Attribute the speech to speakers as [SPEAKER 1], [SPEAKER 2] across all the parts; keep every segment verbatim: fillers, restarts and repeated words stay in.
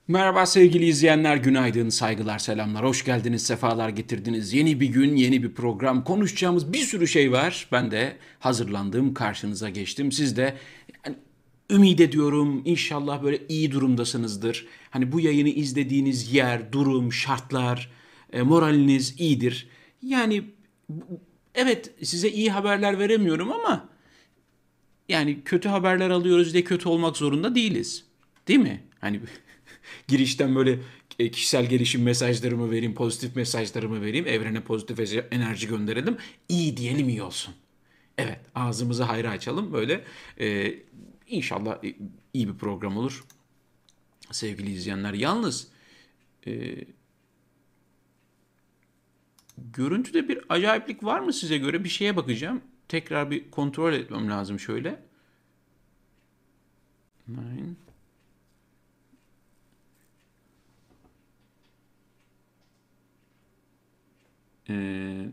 [SPEAKER 1] Merhaba sevgili izleyenler, günaydın, saygılar, selamlar, hoş geldiniz, sefalar getirdiniz. Yeni bir gün, yeni bir program, konuşacağımız bir sürü şey var. Ben de hazırlandım, karşınıza geçtim. Siz de yani, ümit ediyorum inşallah böyle iyi durumdasınızdır. Hani bu yayını izlediğiniz yer, durum, şartlar, e, moraliniz iyidir. Yani evet size iyi haberler veremiyorum ama yani kötü haberler alıyoruz diye kötü olmak zorunda değiliz. Değil mi? Hani girişten böyle e, kişisel gelişim mesajlarımı vereyim, pozitif mesajlarımı vereyim, evrene pozitif enerji gönderelim. İyi diyelim, iyi olsun. Evet, ağzımızı hayra açalım böyle. E, inşallah iyi bir program olur sevgili izleyenler. Yalnız e, görüntüde bir acayiplik var mı size göre? Bir şeye bakacağım. Tekrar bir kontrol etmem lazım şöyle. Nine. Ee,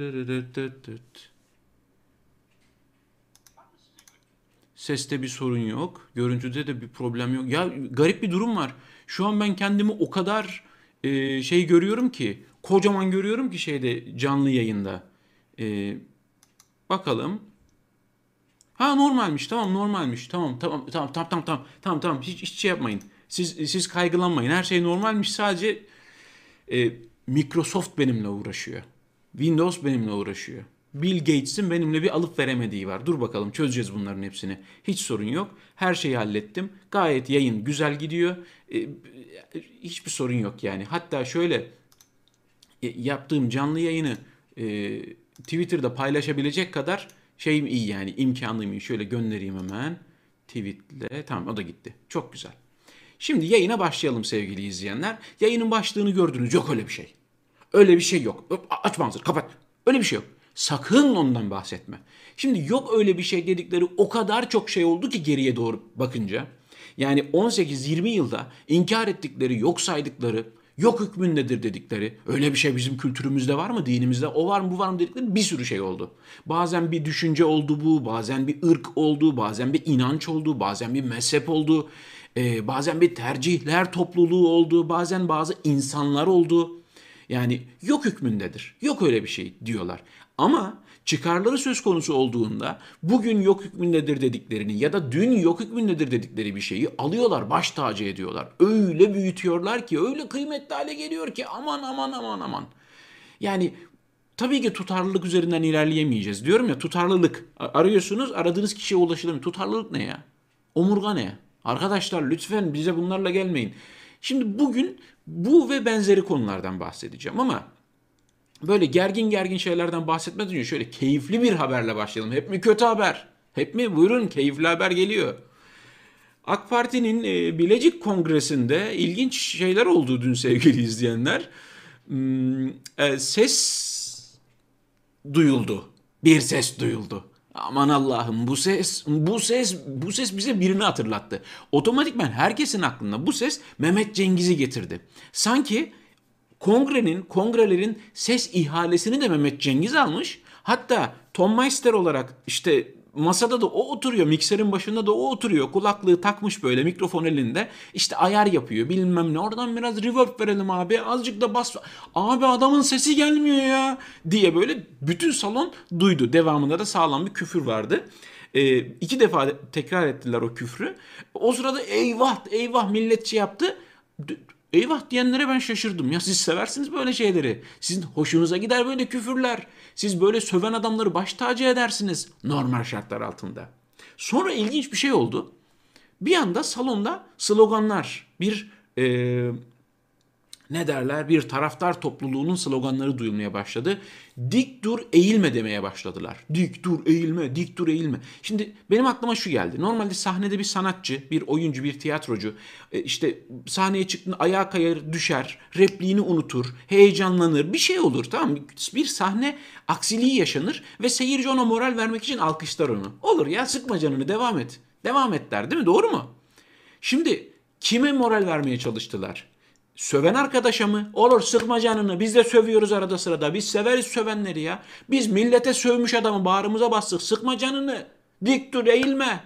[SPEAKER 1] Seste bir sorun yok. Görüntüde de bir problem yok. Ya garip bir durum var. Şu an ben kendimi o kadar e, şey görüyorum ki, kocaman görüyorum ki şeyde canlı yayında. E, bakalım. Ha normalmiş. Tamam normalmiş. Tamam tamam tamam tamam tamam tamam tamam tamam hiç, hiç şey yapmayın. Siz siz kaygılanmayın. Her şey normalmiş. Sadece e, Microsoft benimle uğraşıyor. Windows benimle uğraşıyor. Bill Gates'in benimle bir alıp veremediği var. Dur bakalım çözeceğiz bunların hepsini. Hiç sorun yok. Her şeyi hallettim. Gayet yayın güzel gidiyor. E, hiçbir sorun yok yani. Hatta şöyle e, yaptığım canlı yayını e, Twitter'da paylaşabilecek kadar şeyim iyi yani imkanım iyi. Şöyle göndereyim hemen. Tweetle. Tamam o da gitti. Çok güzel. Şimdi yayına başlayalım sevgili izleyenler. Yayının başlığını gördünüz. Yok öyle bir şey. Öyle bir şey yok. Aç manzır, kapat. Öyle bir şey yok. Sakın ondan bahsetme. Şimdi yok öyle bir şey dedikleri o kadar çok şey oldu ki geriye doğru bakınca. Yani on sekiz yirmi yılda inkar ettikleri, yok saydıkları, yok hükmündedir dedikleri, öyle bir şey bizim kültürümüzde var mı, dinimizde o var mı bu var mı dedikleri bir sürü şey oldu. Bazen bir düşünce oldu bu, bazen bir ırk oldu, bazen bir inanç oldu, bazen bir mezhep oldu, ee, bazen bir tercihler topluluğu oldu, bazen bazı insanlar oldu. Yani yok hükmündedir. Yok öyle bir şey diyorlar. Ama çıkarları söz konusu olduğunda bugün yok hükmündedir dediklerini ya da dün yok hükmündedir dedikleri bir şeyi alıyorlar, baş tacı ediyorlar. Öyle büyütüyorlar ki, öyle kıymetli hale geliyor ki aman aman aman aman. Yani tabii ki tutarlılık üzerinden ilerleyemeyeceğiz. Diyorum ya tutarlılık. Arıyorsunuz aradığınız kişiye ulaşılamıyor. Tutarlılık ne ya? Omurga ne? Arkadaşlar lütfen bize bunlarla gelmeyin. Şimdi bugün bu ve benzeri konulardan bahsedeceğim ama böyle gergin gergin şeylerden bahsetmeden önce şöyle keyifli bir haberle başlayalım. Hep mi kötü haber? Hep mi? Buyurun keyifli haber geliyor. AK Parti'nin e, Bilecik Kongresi'nde ilginç şeyler oldu dün sevgili izleyenler. Hmm, e, ses duyuldu. Bir ses duyuldu. Aman Allah'ım bu ses bu ses bu ses bize birini hatırlattı. Otomatikman herkesin aklına bu ses Mehmet Cengiz'i getirdi. Sanki kongrenin kongrelerin ses ihalesini de Mehmet Cengiz almış. Hatta Tom Meister olarak işte masada da o oturuyor, mikserin başında da o oturuyor. Kulaklığı takmış böyle mikrofon elinde. İşte ayar yapıyor bilmem ne. Oradan biraz reverb verelim abi. Azıcık da bas. Abi adamın sesi gelmiyor ya diye böyle bütün salon duydu. Devamında da sağlam bir küfür vardı. Ee, iki defa tekrar ettiler o küfrü. O sırada eyvah eyvah milletçi yaptı. Eyvah diyenlere ben şaşırdım. Ya siz seversiniz böyle şeyleri. Sizin hoşunuza gider böyle küfürler. Siz böyle söven adamları baş tacı edersiniz normal şartlar altında. Sonra ilginç bir şey oldu. Bir anda salonda sloganlar, bir e, ne derler bir taraftar topluluğunun sloganları duyulmaya başladı. Dik dur eğilme demeye başladılar. Dik dur eğilme, dik dur eğilme. Şimdi benim aklıma şu geldi. Normalde sahnede bir sanatçı, bir oyuncu, bir tiyatrocu e, işte sahneye çıktığında ayağa kayar, düşer, repliğini unutur, heyecanlanır, bir şey olur tamam mı? Bir sahne aksiliği yaşanır ve seyirci ona moral vermek için alkışlar onu. Olur ya sıkma canını devam et. Devam et der değil mi? Doğru mu? Şimdi kime moral vermeye çalıştılar? Söven arkadaşa mı? Olur sıkma canını. Biz de sövüyoruz arada sırada. Biz severiz sövenleri ya. Biz millete sövmüş adamı bağrımıza bastık. Sıkma canını. Dik dur eğilme.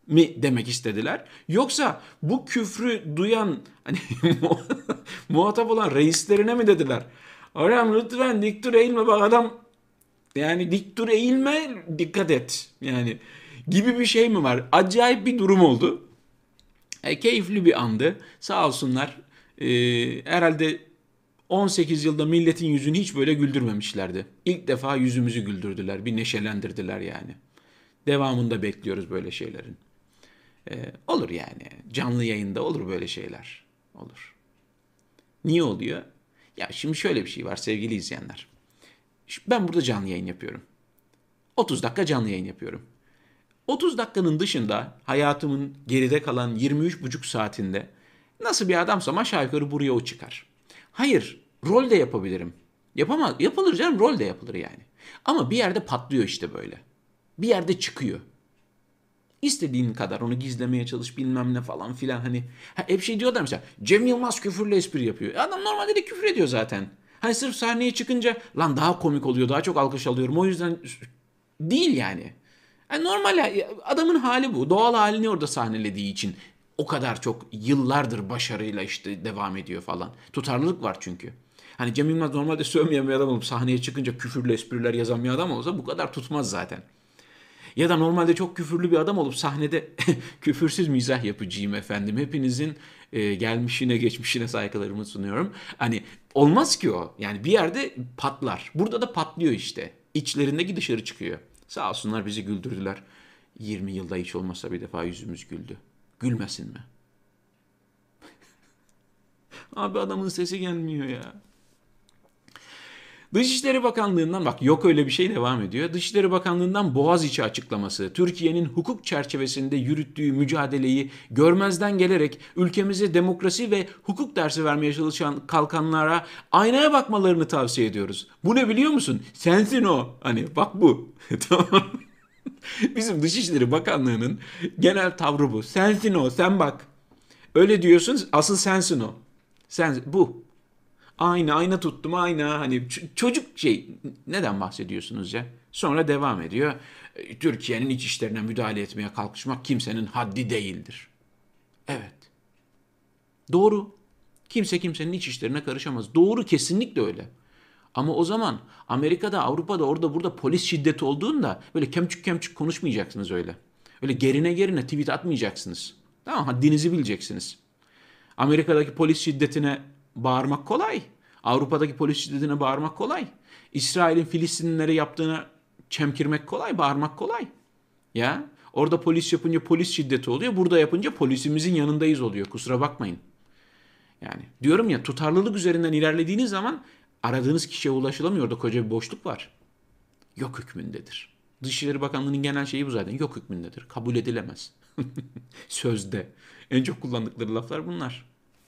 [SPEAKER 1] mi demek istediler? Yoksa bu küfrü duyan hani muhatap olan reislerine mi dediler? Hocam lütfen dik dur eğilme, bak adam yani dik dur eğilme, dikkat et yani gibi bir şey mi var? Acayip bir durum oldu. E, keyifli bir andı. Sağ olsunlar. E, herhalde on sekiz yılda milletin yüzünü hiç böyle güldürmemişlerdi. İlk defa yüzümüzü güldürdüler. Bir neşelendirdiler yani. Devamında bekliyoruz böyle şeylerin. E, olur yani. Canlı yayında olur böyle şeyler. Olur. Niye oluyor? Ya şimdi şöyle bir şey var sevgili izleyenler. Ben burada canlı yayın yapıyorum. otuz dakika canlı yayın yapıyorum. otuz dakikanın dışında hayatımın geride kalan yirmi üç buçuk saatinde nasıl bir adamsam aşağı yukarı buraya o çıkar. Hayır, rol de yapabilirim. Yapamaz, yapılır canım, rol de yapılır yani. Ama bir yerde patlıyor işte böyle. Bir yerde çıkıyor. İstediğin kadar onu gizlemeye çalış bilmem ne falan filan hani. Ha, hep şey diyorlar mesela Cem Yılmaz küfürlü espri yapıyor. Adam normalde de küfür ediyor zaten. Hani sırf sahneye çıkınca lan daha komik oluyor, daha çok alkış alıyorum. O yüzden değil yani. Yani normal adamın hali bu. Doğal halini orada sahnelediği için o kadar çok yıllardır başarıyla işte devam ediyor falan. Tutarlılık var çünkü. Hani Cem Yılmaz normalde sövmeyen bir adam olup sahneye çıkınca küfürlü espriler yazan bir adam olsa bu kadar tutmaz zaten. Ya da normalde çok küfürlü bir adam olup sahnede küfürsüz mizah yapıcıyım efendim. Hepinizin e, gelmişine geçmişine saygılarımı sunuyorum. Hani olmaz ki o. Yani bir yerde patlar. Burada da patlıyor işte. İçlerindeki dışarı çıkıyor. Sağ olsunlar bizi güldürdüler. yirmi yılda hiç olmazsa bir defa yüzümüz güldü. Gülmesin mi? Abi adamın sesi gelmiyor ya. Dışişleri Bakanlığı'ndan bak yok öyle bir şey devam ediyor. Dışişleri Bakanlığı'ndan Boğaziçi açıklaması. Türkiye'nin hukuk çerçevesinde yürüttüğü mücadeleyi görmezden gelerek ülkemize demokrasi ve hukuk dersi vermeye çalışan kalkanlara aynaya bakmalarını tavsiye ediyoruz. Bu ne biliyor musun? Sensin o. Hani bak bu. Tamam. Bizim Dışişleri Bakanlığı'nın genel tavrı bu. Sensin o, sen bak. Öyle diyorsun, asıl sensin o. Sen bu. Aynı ayna tuttum ayna hani çocuk şey neden bahsediyorsunuz ya? Sonra devam ediyor. E, Türkiye'nin iç işlerine müdahale etmeye kalkışmak kimsenin haddi değildir. Evet. Doğru. Kimse kimsenin iç işlerine karışamaz. Doğru kesinlikle öyle. Ama o zaman Amerika'da, Avrupa'da, orada burada polis şiddeti olduğunda böyle kemçük kemçük konuşmayacaksınız öyle. Öyle gerine gerine tweet atmayacaksınız. Tamam haddinizi bileceksiniz. Amerika'daki polis şiddetine bağırmak kolay. Avrupa'daki polis şiddetine bağırmak kolay. İsrail'in Filistinlilere yaptığına çemkirmek kolay, bağırmak kolay. Ya orada polis yapınca polis şiddeti oluyor. Burada yapınca polisimizin yanındayız oluyor. Kusura bakmayın. Yani diyorum ya tutarlılık üzerinden ilerlediğiniz zaman aradığınız kişiye ulaşılamıyor. Orada koca bir boşluk var. Yok hükmündedir. Dışişleri Bakanlığı'nın genel şeyi bu zaten. Yok hükmündedir. Kabul edilemez. Sözde. En çok kullandıkları laflar bunlar.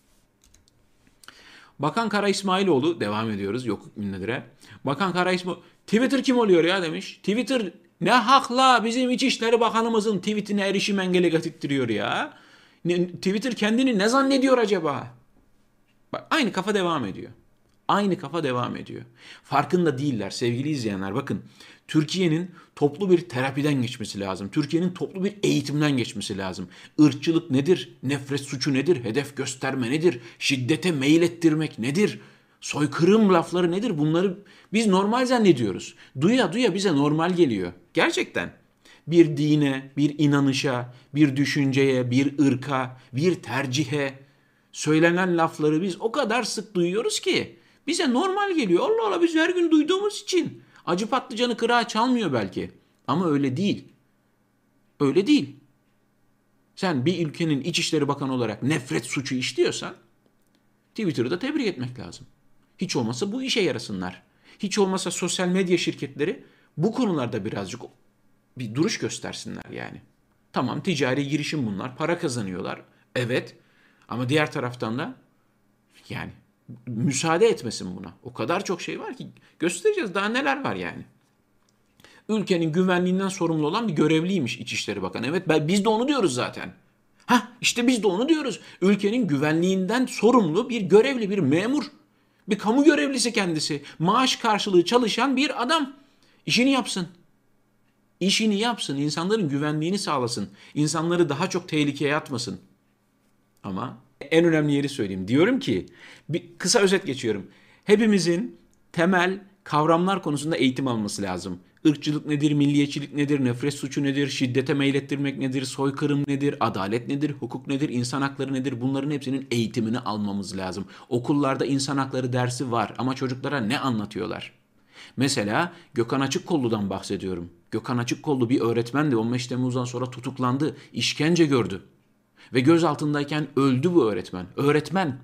[SPEAKER 1] Bakan Kara İsmailoğlu devam ediyoruz yok hükmündedir'e. Bakan Kara İsmailoğlu Twitter kim oluyor ya demiş. Twitter ne hakla bizim İçişleri Bakanımızın tweetine erişim engeli getirtiyor ya. Twitter kendini ne zannediyor acaba? Bak aynı kafa devam ediyor. Aynı kafa devam ediyor. Farkında değiller sevgili izleyenler. Bakın Türkiye'nin toplu bir terapiden geçmesi lazım. Türkiye'nin toplu bir eğitimden geçmesi lazım. Irkçılık nedir? Nefret suçu nedir? Hedef gösterme nedir? Şiddete meyil ettirmek nedir? Soykırım lafları nedir? Bunları biz normal zannediyoruz. Duya duya bize normal geliyor. Gerçekten. Bir dine, bir inanışa, bir düşünceye, bir ırka, bir tercihe söylenen lafları biz o kadar sık duyuyoruz ki bize normal geliyor. Allah Allah biz her gün duyduğumuz için. Acı patlıcanı kırağı çalmıyor belki. Ama öyle değil. Öyle değil. Sen bir ülkenin İçişleri Bakanı olarak nefret suçu işliyorsan Twitter'ı da tebrik etmek lazım. Hiç olmazsa bu işe yarasınlar. Hiç olmazsa sosyal medya şirketleri bu konularda birazcık bir duruş göstersinler yani. Tamam ticari girişim bunlar. Para kazanıyorlar. Evet. Ama diğer taraftan da yani müsaade etmesin buna. O kadar çok şey var ki göstereceğiz daha neler var yani. Ülkenin güvenliğinden sorumlu olan bir görevliymiş İçişleri Bakanı. Evet biz de onu diyoruz zaten. Ha işte biz de onu diyoruz. Ülkenin güvenliğinden sorumlu bir görevli, bir memur. Bir kamu görevlisi kendisi. Maaş karşılığı çalışan bir adam. İşini yapsın. İşini yapsın, insanların güvenliğini sağlasın, insanları daha çok tehlikeye atmasın. Ama en önemli yeri söyleyeyim. Diyorum ki, bir kısa özet geçiyorum. Hepimizin temel kavramlar konusunda eğitim alması lazım. Irkçılık nedir, milliyetçilik nedir, nefret suçu nedir, şiddete meylettirmek nedir, soykırım nedir, adalet nedir, hukuk nedir, insan hakları nedir? Bunların hepsinin eğitimini almamız lazım. Okullarda insan hakları dersi var ama çocuklara ne anlatıyorlar? Mesela Gökhan Açıkkollu'dan bahsediyorum. Gökhan Açıkkollu bir öğretmendi. on beş Temmuz'dan sonra tutuklandı, işkence gördü. Ve gözaltındayken öldü bu öğretmen. Öğretmen.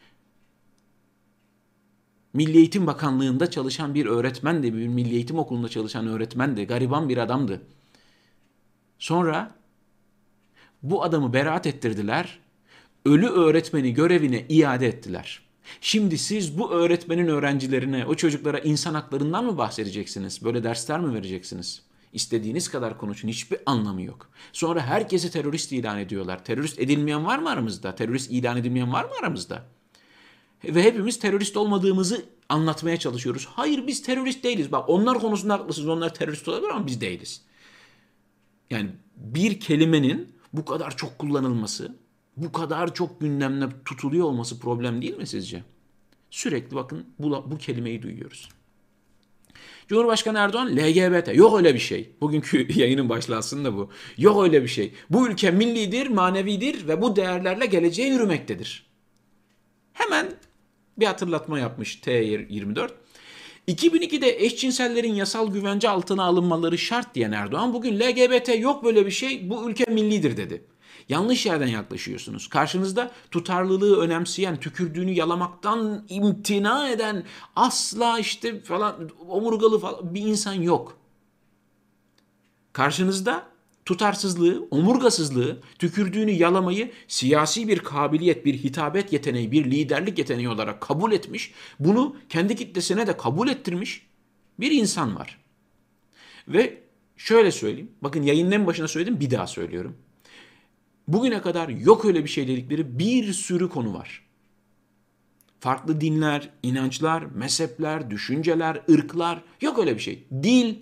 [SPEAKER 1] Milli Eğitim Bakanlığı'nda çalışan bir öğretmendi. Bir Milli Eğitim Okulu'nda çalışan öğretmendi. Gariban bir adamdı. Sonra bu adamı beraat ettirdiler. Ölü öğretmeni görevine iade ettiler. Şimdi siz bu öğretmenin öğrencilerine, o çocuklara insan haklarından mı bahsedeceksiniz? Böyle dersler mi vereceksiniz? İstediğiniz kadar konuşun, hiçbir anlamı yok. Sonra herkesi terörist ilan ediyorlar. Terörist edilmeyen var mı aramızda? Terörist ilan edilmeyen var mı aramızda? Ve hepimiz terörist olmadığımızı anlatmaya çalışıyoruz. Hayır, biz terörist değiliz. Bak, onlar konusunda haklısınız. Onlar terörist olabilir ama biz değiliz. Yani bir kelimenin bu kadar çok kullanılması, bu kadar çok gündemde tutuluyor olması problem değil mi sizce? Sürekli bakın bu, bu kelimeyi duyuyoruz. Cumhurbaşkanı Erdoğan L G B T. Yok öyle bir şey. Bugünkü yayının başlığı aslında bu. Yok öyle bir şey. Bu ülke millidir, manevidir ve bu değerlerle geleceğe yürümektedir. Hemen bir hatırlatma yapmış T yirmi dört. iki bin ikide eşcinsellerin yasal güvence altına alınmaları şart diyen Erdoğan bugün L G B T yok böyle bir şey, bu ülke millidir dedi. Yanlış yerden yaklaşıyorsunuz. Karşınızda tutarlılığı önemseyen, tükürdüğünü yalamaktan imtina eden, asla işte falan omurgalı falan bir insan yok. Karşınızda tutarsızlığı, omurgasızlığı, tükürdüğünü yalamayı siyasi bir kabiliyet, bir hitabet yeteneği, bir liderlik yeteneği olarak kabul etmiş, bunu kendi kitlesine de kabul ettirmiş bir insan var. Ve şöyle söyleyeyim, bakın yayının en başına söyledim, bir daha söylüyorum. Bugüne kadar yok öyle bir şey dedikleri bir sürü konu var. Farklı dinler, inançlar, mezhepler, düşünceler, ırklar, yok öyle bir şey. Dil,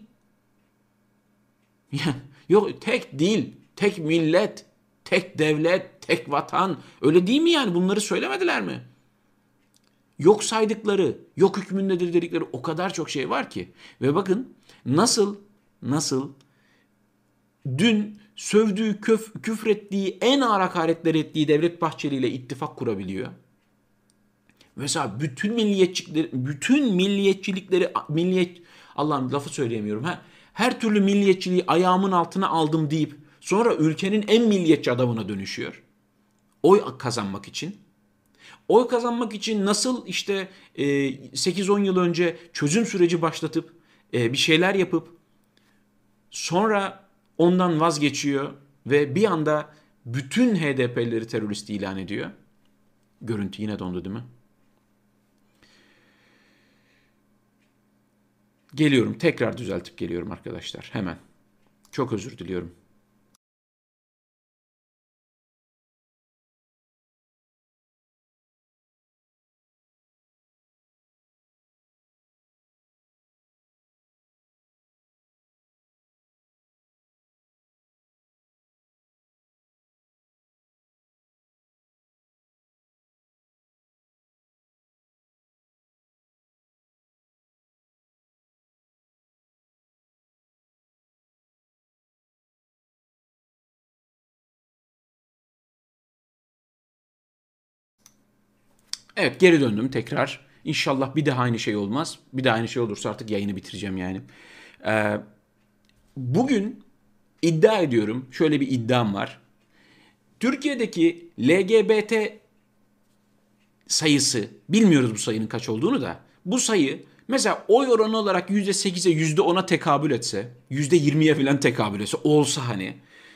[SPEAKER 1] yok tek dil, tek millet, tek devlet, tek vatan. Öyle değil mi yani? Bunları söylemediler mi? Yok saydıkları, yok hükmündedir dedikleri o kadar çok şey var ki. Ve bakın nasıl, nasıl dün sövdüğü, köf, küfrettiği, en ağır hakaretler ettiği Devlet Bahçeli ile ittifak kurabiliyor. Mesela bütün milliyetçilikleri, bütün milliyetçilikleri, milliyet, Allah'ım lafı söyleyemiyorum. Ha? Her türlü milliyetçiliği ayağımın altına aldım deyip sonra ülkenin en milliyetçi adamına dönüşüyor. Oy kazanmak için. Oy kazanmak için nasıl işte sekiz on yıl önce çözüm süreci başlatıp bir şeyler yapıp sonra ondan vazgeçiyor ve bir anda bütün H D P'lileri terörist ilan ediyor. Görüntü yine dondu değil mi? Geliyorum, tekrar düzeltip geliyorum arkadaşlar, hemen. Çok özür diliyorum. Evet, geri döndüm tekrar. İnşallah bir daha aynı şey olmaz. Bir daha aynı şey olursa artık yayını bitireceğim yani. Ee, bugün iddia ediyorum, şöyle bir iddiam var. Türkiye'deki L G B T sayısı, bilmiyoruz bu sayının kaç olduğunu da, bu sayı mesela oy oranı olarak yüzde sekize yüzde ona tekabül etse, yüzde yirmiye falan tekabül etse, olsa hani,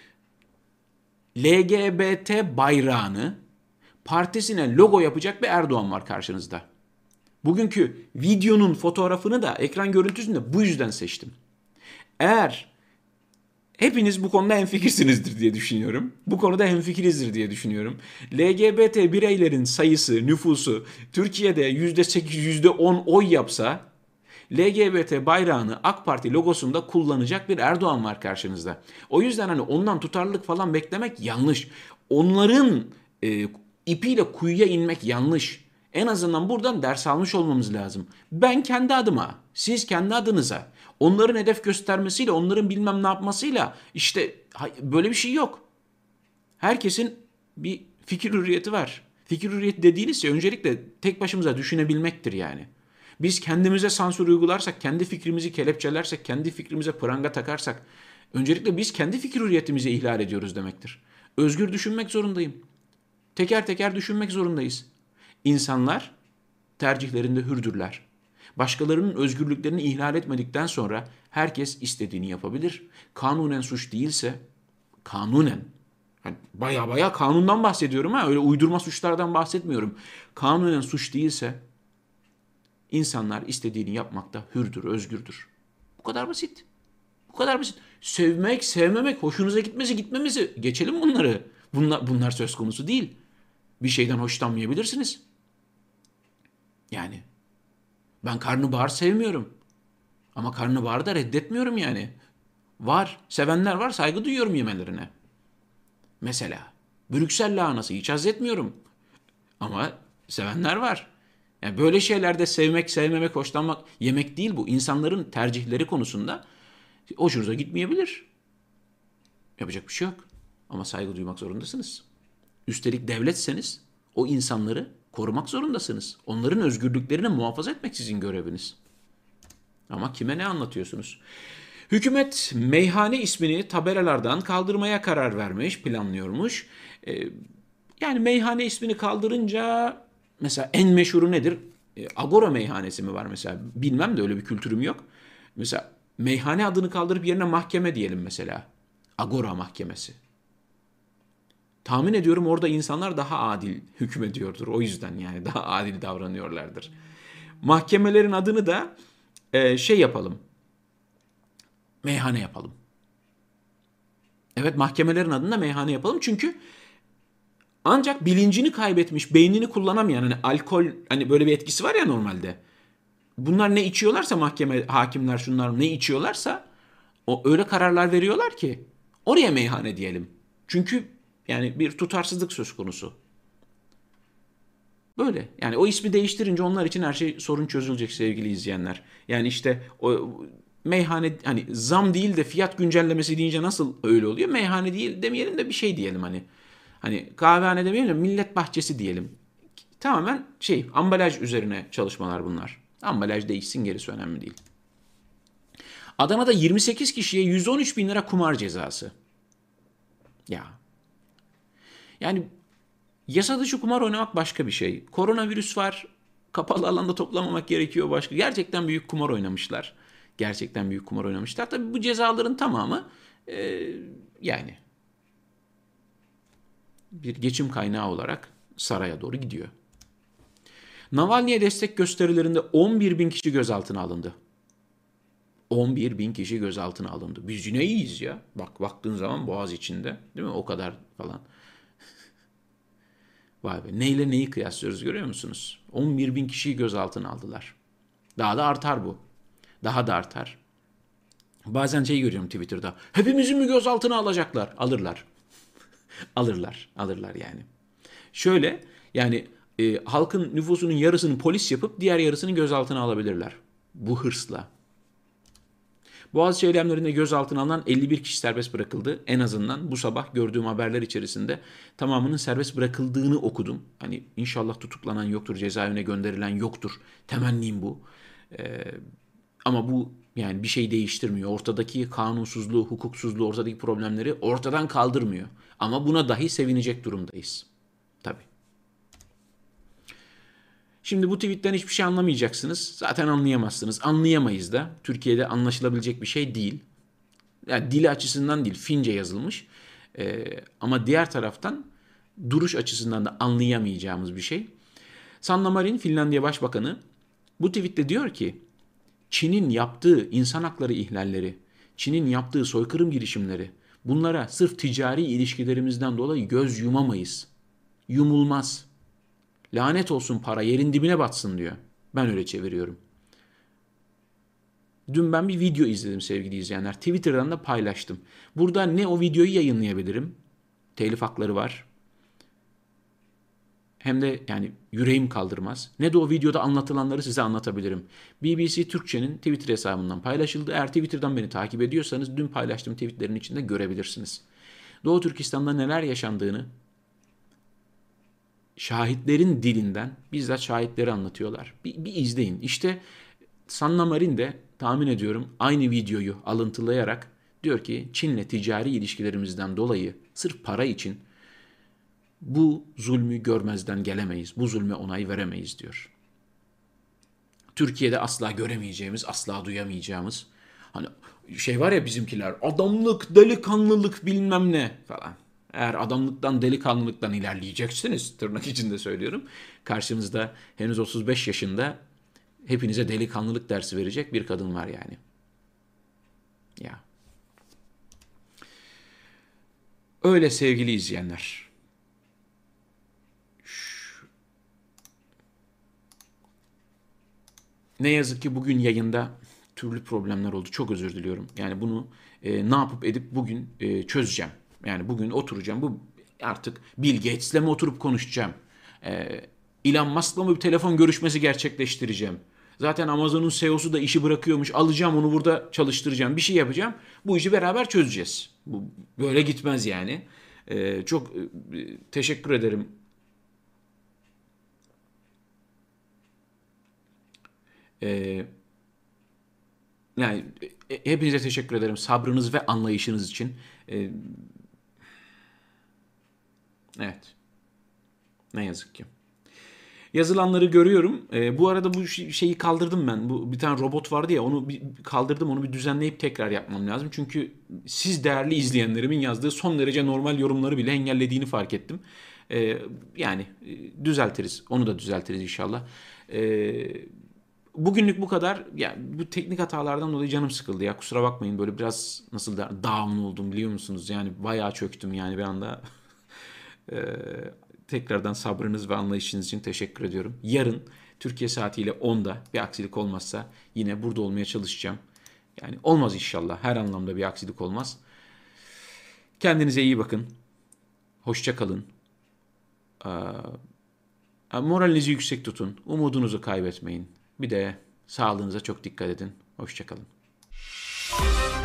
[SPEAKER 1] L G B T bayrağını partisine logo yapacak bir Erdoğan var karşınızda. Bugünkü videonun fotoğrafını da ekran görüntüsünü de bu yüzden seçtim. Eğer hepiniz bu konuda hemfikirsinizdir diye düşünüyorum. Bu konuda hemfikirizdir diye düşünüyorum. L G B T bireylerin sayısı, nüfusu Türkiye'de yüzde sekiz, yüzde on oy yapsa L G B T bayrağını AK Parti logosunda kullanacak bir Erdoğan var karşınızda. O yüzden hani ondan tutarlılık falan beklemek yanlış. Onların e, ipiyle kuyuya inmek yanlış. En azından buradan ders almış olmamız lazım. Ben kendi adıma, siz kendi adınıza, onların hedef göstermesiyle, onların bilmem ne yapmasıyla işte böyle bir şey yok. Herkesin bir fikir hürriyeti var. Fikir hürriyeti dediğiniz şey öncelikle tek başımıza düşünebilmektir yani. Biz kendimize sansür uygularsak, kendi fikrimizi kelepçelersek, kendi fikrimize pranga takarsak, öncelikle biz kendi fikir hürriyetimizi ihlal ediyoruz demektir. Özgür düşünmek zorundayım. Teker teker düşünmek zorundayız. İnsanlar tercihlerinde hürdürler. Başkalarının özgürlüklerini ihlal etmedikten sonra herkes istediğini yapabilir. Kanunen suç değilse, kanunen, yani baya baya kanundan bahsediyorum ha, öyle uydurma suçlardan bahsetmiyorum. Kanunen suç değilse insanlar istediğini yapmakta hürdür, özgürdür. Bu kadar basit. Bu kadar basit. Sevmek, sevmemek, hoşunuza gitmesi, gitmemesi, geçelim bunları. Bunlar, bunlar söz konusu değil. Bir şeyden hoşlanmayabilirsiniz. Yani ben karnabahar sevmiyorum. Ama karnabaharı da reddetmiyorum yani. Var, sevenler var, saygı duyuyorum yemelerine. Mesela Brüksel lahanası hiç haz etmiyorum. Ama sevenler var. Yani böyle şeylerde sevmek, sevmemek, hoşlanmak, yemek değil bu. İnsanların tercihleri konusunda hoşunuza gitmeyebilir. Yapacak bir şey yok. Ama saygı duymak zorundasınız. Üstelik devletseniz o insanları korumak zorundasınız. Onların özgürlüklerini muhafaza etmek sizin göreviniz. Ama kime ne anlatıyorsunuz? Hükümet meyhane ismini tabelalardan kaldırmaya karar vermiş, planlıyormuş. Ee, yani meyhane ismini kaldırınca mesela en meşhuru nedir? E, Agora meyhanesi mi var mesela? Bilmem de öyle bir kültürüm yok. Mesela meyhane adını kaldırıp yerine mahkeme diyelim mesela. Agora mahkemesi. Tahmin ediyorum orada insanlar daha adil hükmediyordur. O yüzden yani daha adil davranıyorlardır. Mahkemelerin adını da e, şey yapalım. Meyhane yapalım. Evet, mahkemelerin adını da meyhane yapalım. Çünkü ancak bilincini kaybetmiş, beynini kullanamayan, hani alkol, hani böyle bir etkisi var ya normalde. Bunlar ne içiyorlarsa, mahkeme hakimler şunlar ne içiyorlarsa o öyle kararlar veriyorlar ki oraya meyhane diyelim. Çünkü yani bir tutarsızlık söz konusu. Böyle. Yani o ismi değiştirince onlar için her şey sorun çözülecek sevgili izleyenler. Yani işte o meyhane, hani zam değil de fiyat güncellemesi deyince nasıl öyle oluyor? Meyhane değil demeyelim de bir şey diyelim hani. Hani kahvehane demeyelim de millet bahçesi diyelim. Tamamen şey, ambalaj üzerine çalışmalar bunlar. Ambalaj değişsin, gerisi önemli değil. Adana'da yirmi sekiz kişiye yüz on üç bin lira kumar cezası. Ya. Yani yasa dışı kumar oynamak başka bir şey. Koronavirüs var. Kapalı alanda toplamamak gerekiyor başka. Gerçekten büyük kumar oynamışlar. Gerçekten büyük kumar oynamışlar. Tabii bu cezaların tamamı e, yani bir geçim kaynağı olarak saraya doğru gidiyor. Navalny'e destek gösterilerinde on bir bin kişi gözaltına alındı. on bir bin kişi gözaltına alındı. Biz yine iyiyiz ya. Bak baktığın zaman Boğaz içinde, değil mi? O kadar falan. Vay be. Neyle neyi kıyaslıyoruz görüyor musunuz? on bir bin kişiyi gözaltına aldılar. Daha da artar bu. Daha da artar. Bazen şey görüyorum Twitter'da. Hepimizi mi gözaltına alacaklar? Alırlar. Alırlar. Alırlar yani. Şöyle yani e, halkın nüfusunun yarısını polis yapıp diğer yarısını gözaltına alabilirler. Bu hırsla. Boğaziçi eylemlerinde gözaltına alınan elli bir kişi serbest bırakıldı. En azından bu sabah gördüğüm haberler içerisinde tamamının serbest bırakıldığını okudum. Hani inşallah tutuklanan yoktur, cezaevine gönderilen yoktur. Temennim bu. Ee, ama bu yani bir şey değiştirmiyor. Ortadaki kanunsuzluğu, hukuksuzluğu, ortadaki problemleri ortadan kaldırmıyor. Ama buna dahi sevinecek durumdayız. Tabii. Şimdi bu tweetten hiçbir şey anlamayacaksınız. Zaten anlayamazsınız. Anlayamayız da. Türkiye'de anlaşılabilecek bir şey değil. Yani dili açısından değil, Fince yazılmış. Ee, ama diğer taraftan duruş açısından da anlayamayacağımız bir şey. Sanna Marin, Finlandiya Başbakanı, bu tweette diyor ki, Çin'in yaptığı insan hakları ihlalleri, Çin'in yaptığı soykırım girişimleri, bunlara sırf ticari ilişkilerimizden dolayı göz yumamayız. Yumulmaz. Lanet olsun para, yerin dibine batsın diyor. Ben öyle çeviriyorum. Dün ben bir video izledim sevgili izleyenler. Twitter'dan da paylaştım. Burada ne o videoyu yayınlayabilirim. Telif hakları var. Hem de yani yüreğim kaldırmaz. Ne de o videoda anlatılanları size anlatabilirim. B B C Türkçe'nin Twitter hesabından paylaşıldı. Eğer Twitter'dan beni takip ediyorsanız dün paylaştığım tweetlerin içinde görebilirsiniz. Doğu Türkistan'da neler yaşandığını şahitlerin dilinden bizzat şahitleri anlatıyorlar. Bir, bir izleyin. İşte Sanna Marin de tahmin ediyorum aynı videoyu alıntılayarak diyor ki Çin'le ticari ilişkilerimizden dolayı sırf para için bu zulmü görmezden gelemeyiz. Bu zulme onay veremeyiz diyor. Türkiye'de asla göremeyeceğimiz, asla duyamayacağımız hani şey var ya bizimkiler adamlık, delikanlılık bilmem ne falan. Eğer adamlıktan, delikanlılıktan ilerleyeceksiniz tırnak içinde söylüyorum. Karşımızda henüz otuz beş yaşında hepinize delikanlılık dersi verecek bir kadın var yani. Ya. Öyle sevgili izleyenler. Ne yazık ki bugün yayında türlü problemler oldu. Çok özür diliyorum. Yani bunu e, ne yapıp edip bugün e, çözeceğim. Yani bugün oturacağım. Bu artık Bill Gates'le mi oturup konuşacağım? E, Elon Musk'la mı bir telefon görüşmesi gerçekleştireceğim? Zaten Amazon'un C E O'su da işi bırakıyormuş. Alacağım onu burada çalıştıracağım. Bir şey yapacağım. Bu işi beraber çözeceğiz. Bu böyle gitmez yani. E, çok e, teşekkür ederim. E, Yani e, hepinize teşekkür ederim sabrınız ve anlayışınız için. Ee, evet, ne yazık ki. Yazılanları görüyorum. Ee, bu arada bu şeyi kaldırdım ben. Bu bir tane robot vardı ya onu bir kaldırdım. Onu bir düzenleyip tekrar yapmam lazım. Çünkü siz değerli izleyenlerimin yazdığı son derece normal yorumları bile engellediğini fark ettim. Ee, yani e, düzeltiriz. Onu da düzeltiriz inşallah. Ee, Bugünlük bu kadar. Ya bu teknik hatalardan dolayı canım sıkıldı ya. Kusura bakmayın böyle biraz nasıl da down oldum biliyor musunuz? Yani bayağı çöktüm yani bir anda. Ee, Tekrardan sabrınız ve anlayışınız için teşekkür ediyorum. Yarın Türkiye saatiyle onda bir aksilik olmazsa yine burada olmaya çalışacağım. Yani olmaz inşallah. Her anlamda bir aksilik olmaz. Kendinize iyi bakın. Hoşça kalın. Ee, Moralinizi yüksek tutun. Umudunuzu kaybetmeyin. Bir de sağlığınıza çok dikkat edin. Hoşça kalın.